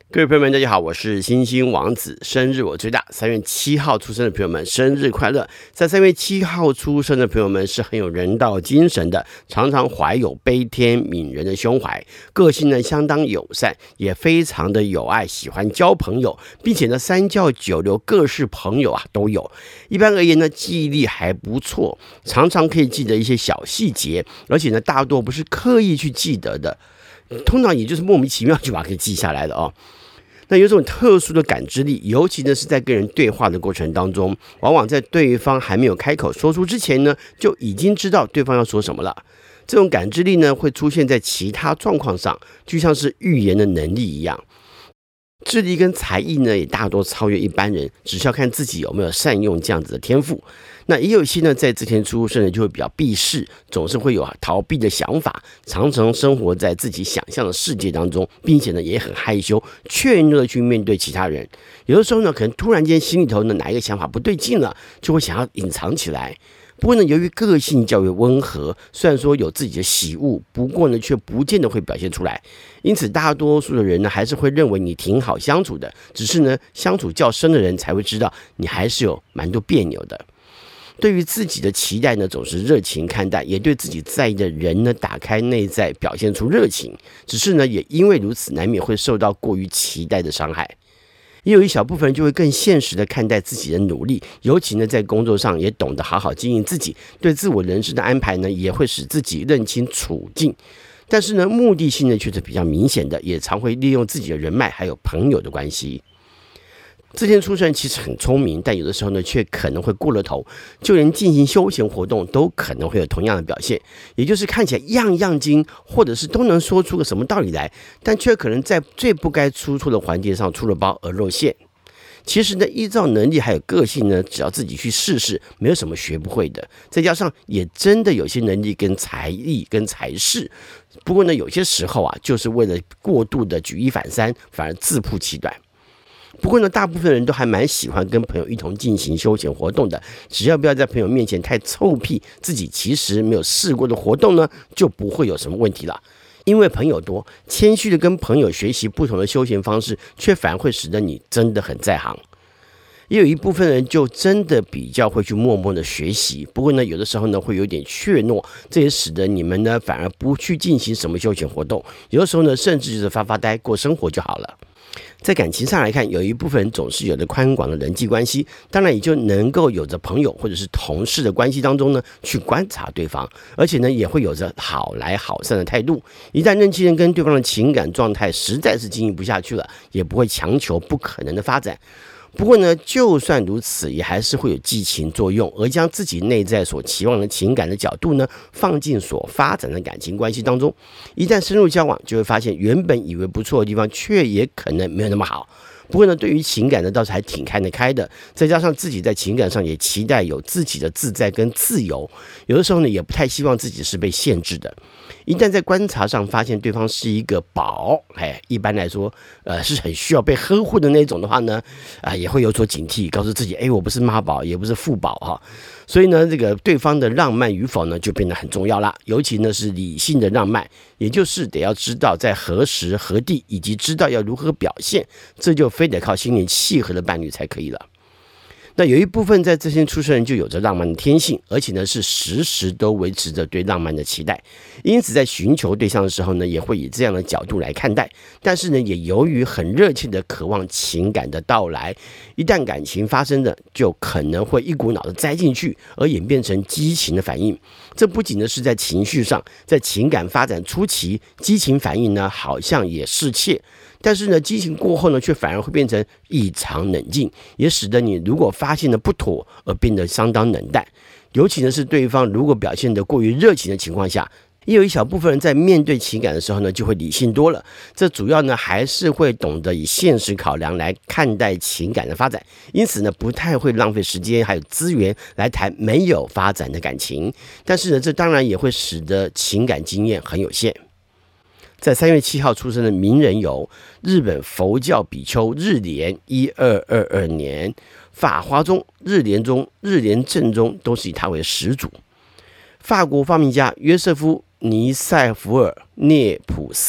各位朋友们，大家好，我是星星王子，生日我最大，3月7号出生的朋友们，生日快乐！在3月7号出生的朋友们是很有人道精神的，常常怀有悲天悯人的胸怀，个性呢相当友善，也非常的有爱，喜欢交朋友，并且呢三教九流各式朋友都有。一般而言呢，记忆力还不错，常常可以记得一些小细节，而且呢大多不是刻意去记得的，通常也就是莫名其妙就把它给记下来的哦。那有种特殊的感知力，尤其呢是在跟人对话的过程当中，往往在对方还没有开口说出之前呢，就已经知道对方要说什么了。这种感知力呢，会出现在其他状况上，就像是预言的能力一样。智力跟才艺呢，也大多超越一般人，只是要看自己有没有善用这样子的天赋。那也有一些呢，在之前出生的就会比较避世，总是会有逃避的想法，常常生活在自己想象的世界当中，并且呢也很害羞，怯懦的去面对其他人。有的时候呢，可能突然间心里头呢哪一个想法不对劲了，就会想要隐藏起来。不过呢，由于个性较为温和，虽然说有自己的喜恶，不过呢，却不见得会表现出来。因此，大多数的人呢，还是会认为你挺好相处的。只是呢，相处较深的人才会知道，你还是有蛮多别扭的。对于自己的期待呢，总是热情看待，也对自己在意的人呢，打开内在，表现出热情。只是呢，也因为如此，难免会受到过于期待的伤害。也有一小部分人就会更现实的看待自己的努力，尤其呢在工作上也懂得好好经营自己，对自我人生的安排呢也会使自己认清处境，但是呢目的性呢却是比较明显的，也常会利用自己的人脉还有朋友的关系。这些出生人其实很聪明，但有的时候呢，却可能会过了头，就连进行休闲活动都可能会有同样的表现，也就是看起来样样精，或者是都能说出个什么道理来，但却可能在最不该出错的环节上出了包而露馅。其实呢，依照能力还有个性呢，只要自己去试试，没有什么学不会的。再加上也真的有些能力跟才艺跟才识，不过呢，有些时候就是为了过度的举一反三，反而自曝其短。不过呢，大部分人都还蛮喜欢跟朋友一同进行休闲活动的，只要不要在朋友面前太臭屁，自己其实没有试过的活动呢，就不会有什么问题了。因为朋友多，谦虚的跟朋友学习不同的休闲方式，却反而会使得你真的很在行。也有一部分人就真的比较会去默默的学习，不过呢，有的时候呢会有点怯懦，这也使得你们呢反而不去进行什么休闲活动，有的时候呢甚至就是发发呆过生活就好了。在感情上来看，有一部分人总是有着宽广的人际关系，当然也就能够有着朋友或者是同事的关系当中呢，去观察对方，而且呢也会有着好来好散的态度。一旦认清人跟对方的情感状态实在是经营不下去了，也不会强求不可能的发展。不过呢，就算如此，也还是会有寄情作用，而将自己内在所期望的情感的角度呢，放进所发展的感情关系当中。一旦深入交往，就会发现原本以为不错的地方，却也可能没有那么好。不过呢，对于情感呢，倒是还挺看得开的。再加上自己在情感上也期待有自己的自在跟自由，有的时候呢，也不太希望自己是被限制的。一旦在观察上发现对方是一个宝，一般来说，是很需要被呵护的那种的话呢，也会有所警惕，告诉自己，我不是妈宝，也不是富宝哈。所以呢，这个对方的浪漫与否呢，就变得很重要啦。尤其呢是理性的浪漫，也就是得要知道在何时何地，以及知道要如何表现，这就非得靠心灵契合的伴侣才可以了。那有一部分在这些出生人就有着浪漫的天性，而且呢是时时都维持着对浪漫的期待，因此在寻求对象的时候呢，也会以这样的角度来看待。但是呢，也由于很热切的渴望情感的到来，一旦感情发生了，就可能会一股脑的栽进去，而演变成激情的反应。这不仅呢是在情绪上，在情感发展初期，激情反应呢好像也是切。但是呢，激情过后呢，却反而会变成异常冷静，也使得你如果发现了不妥而变得相当冷淡。尤其呢是对方如果表现得过于热情的情况下，也有一小部分人在面对情感的时候呢，就会理性多了。这主要呢还是会懂得以现实考量来看待情感的发展，因此呢不太会浪费时间还有资源来谈没有发展的感情。但是呢，这当然也会使得情感经验很有限。在3月7号出生的名人有日本佛教比丘日莲1222年，法华宗、日莲宗、日莲正宗都是以他为始祖。法国发明家约瑟夫·尼塞福尔涅普斯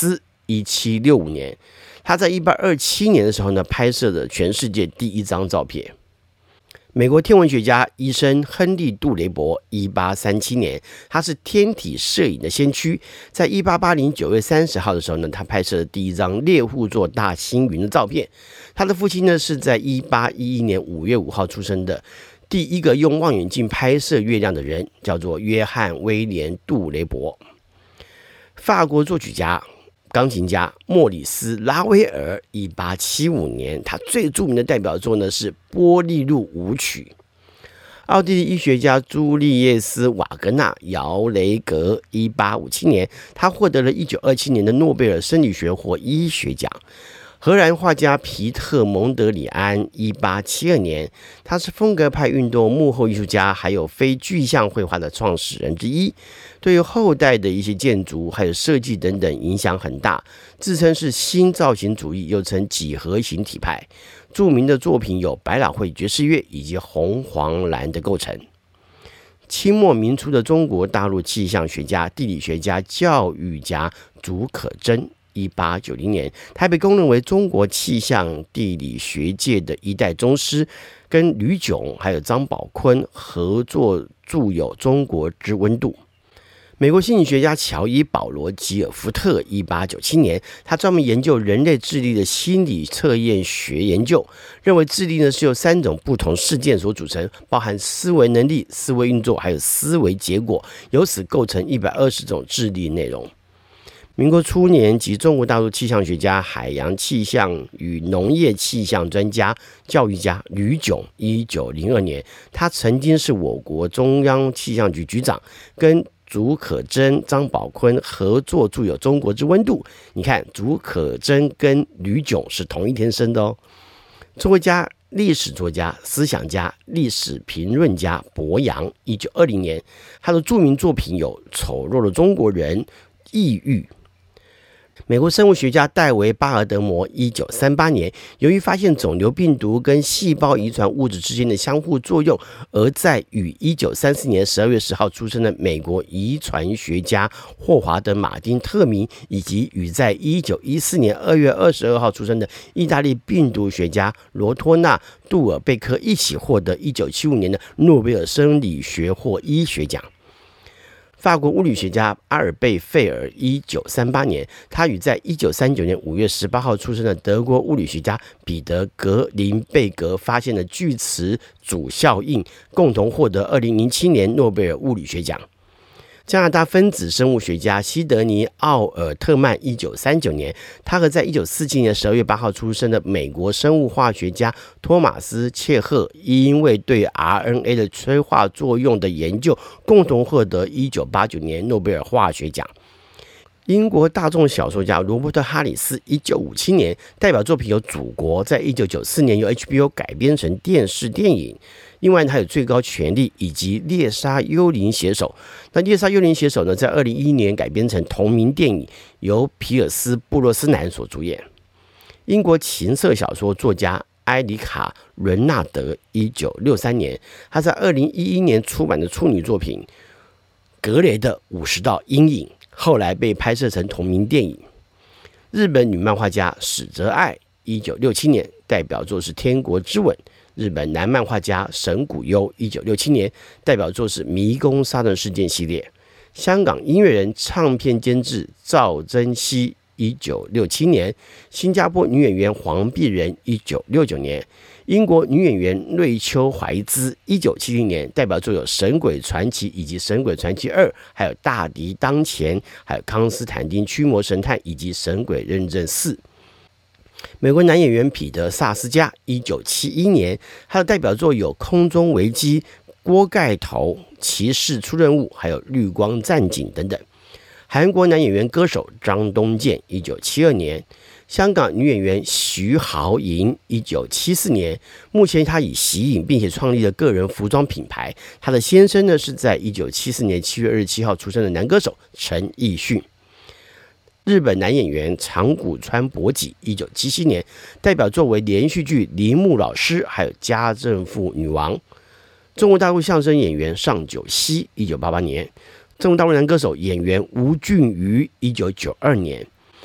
1765年。他在1827年的时候呢，拍摄了全世界第一张照片。美国天文学家医生亨利·杜雷伯1837年，他是天体摄影的先驱。在1880年9月30号的时候呢，他拍摄了第一张猎户座大星云的照片。他的父亲呢，是在1811年5月5号出生的，第一个用望远镜拍摄月亮的人，叫做约翰·威廉·杜雷伯。法国作曲家、钢琴家莫里斯·拉威尔1875年，他最著名的代表作呢是《波丽露舞曲》。奥地利医学家朱利叶斯·瓦格纳·姚雷格1857年，他获得了1927年的诺贝尔生理学或医学奖。荷兰画家皮特·蒙德里安1872年，他是风格派运动幕后艺术家，还有非具象绘画的创始人之一，对于后代的一些建筑还有设计等等影响很大，自称是新造型主义，又称几何形体派。著名的作品有百老汇爵士乐以及红黄蓝的构成。清末民初的中国大陆气象学家、地理学家、教育家竺可桢1890年，他被公认为中国气象地理学界的一代宗师，跟吕炯还有张宝坤合作著有《中国之温度》。美国心理学家乔伊·保罗·吉尔福特1897年，他专门研究人类智力的心理测验学研究，认为智力呢是由3种不同事件所组成，包含思维能力、思维运作还有思维结果，由此构成120种智力内容。民国初年及中国大陆气象学家、海洋气象与农业气象专家、教育家吕炯1902年，他曾经是我国中央气象局局长，跟竺可桢、张宝坤合作著有《中国之温度》。你看，竺可桢跟吕炯是同一天生的哦。作家、历史作家、思想家、历史评论家柏杨1920年，他的著名作品有《丑陋的中国人》、《异域》。美国生物学家戴维·巴尔德摩1938年，由于发现肿瘤病毒跟细胞遗传物质之间的相互作用，而在与1934年12月10号出生的美国遗传学家霍华德·马丁·特明，以及与在1914年2月22号出生的意大利病毒学家罗托纳·杜尔贝克一起获得1975年的诺贝尔生理学或医学奖。法国物理学家阿尔贝·费尔1938年，他与在1939年5月18号出生的德国物理学家彼得·格林贝格发现了巨磁阻效应，共同获得2007年诺贝尔物理学奖。加拿大分子生物学家西德尼·奥尔特曼1939年，他和在1947年12月8号出生的美国生物化学家托马斯·切赫，因为对 RNA 的催化作用的研究，共同获得1989年诺贝尔化学奖。英国大众小说家罗伯特·哈里斯1957年，代表作品有《祖国》，在1994年由 HBO 改编成电视电影。另外还有《最高权力》以及《猎杀幽灵写手》。那《猎杀幽灵写手》呢，在2011年改编成同名电影，由皮尔斯·布洛斯南所主演。英国情色小说作家埃里卡·伦纳德1963年，他在2011年出版的处女作品《格雷的50道阴影》，后来被拍摄成同名电影。日本女漫画家史泽爱1967年，代表作是《天国之吻》。日本男漫画家神谷优1967年，代表作是《迷宫杀人事件》系列。香港音乐人、唱片监制赵增熹1967年，新加坡女演员黄碧仁1969年，英国女演员瑞秋怀兹1970年，代表作有《神鬼传奇》以及《神鬼传奇2》，还有《大敌当前》，还有《康斯坦丁驱魔神探》以及《神鬼认证4》。美国男演员彼得·萨斯加1971年，他的代表作有《空中危机》、《锅盖头》、《骑士出任务》，还有《绿光战警》等等。韩国男演员歌手张东健1972年，香港女演员徐濠萦1974年，目前她已息影并且创立了个人服装品牌。她的先生呢是在1974年7月27号出生的男歌手陈奕迅。日本男演员长谷川博己1977年，代表作为连续剧《铃木老师》还有《家政妇女王》。中国大陆相声演员上九溪1988年，中国大陆男歌手演员吴俊瑜1992年。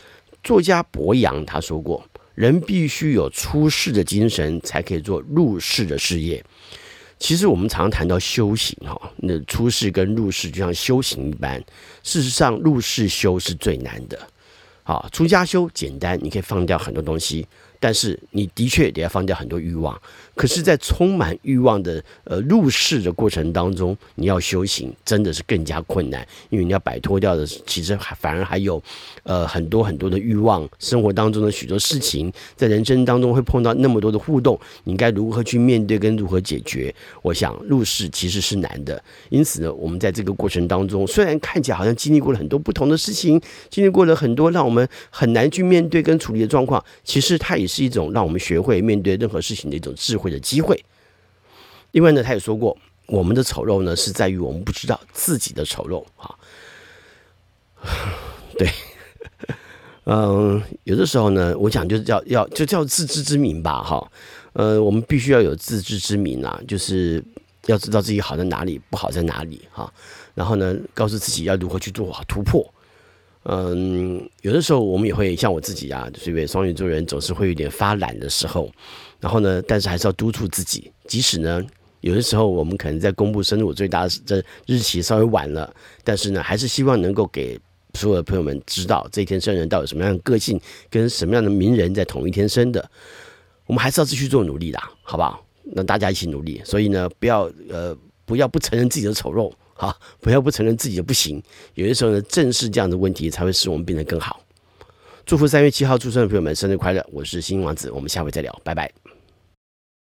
作家伯阳他说过，人必须有出世的精神，才可以做入世的事业。其实我们常常谈到修行那出世跟入世就像修行一般，事实上入世修是最难的。出家修简单，你可以放掉很多东西，但是你的确得要放掉很多欲望。可是在充满欲望的入世的过程当中，你要修行真的是更加困难，因为你要摆脱掉的其实反而还有很多很多的欲望，生活当中的许多事情，在人生当中会碰到那么多的互动，你应该如何去面对跟如何解决？我想入世其实是难的，因此呢，我们在这个过程当中，虽然看起来好像经历过了很多不同的事情，经历过了很多让我们很难去面对跟处理的状况，其实它也是一种让我们学会面对任何事情的一种智慧的机会。另外呢，他也说过，我们的丑陋呢是在于我们不知道自己的丑陋对，有的时候呢，我想就叫自知之明吧我们必须要有自知之明就是要知道自己好在哪里，不好在哪里然后呢，告诉自己要如何去做好突破。有的时候我们也会像我自己就是因为双鱼座人总是会有点发懒的时候，然后呢，但是还是要督促自己，即使呢有的时候我们可能在公布生日我最大的日期稍微晚了，但是呢，还是希望能够给所有的朋友们知道这一天生人到底什么样的个性，跟什么样的名人在同一天生的，我们还是要继续做努力的，好不好？那大家一起努力，所以呢，不要不承认自己的丑陋。不要不承认自己的不行，有的时候呢，正视这样的问题，才会使我们变得更好。祝福3月7号出生的朋友们生日快乐！我是星星王子，我们下回再聊，拜拜。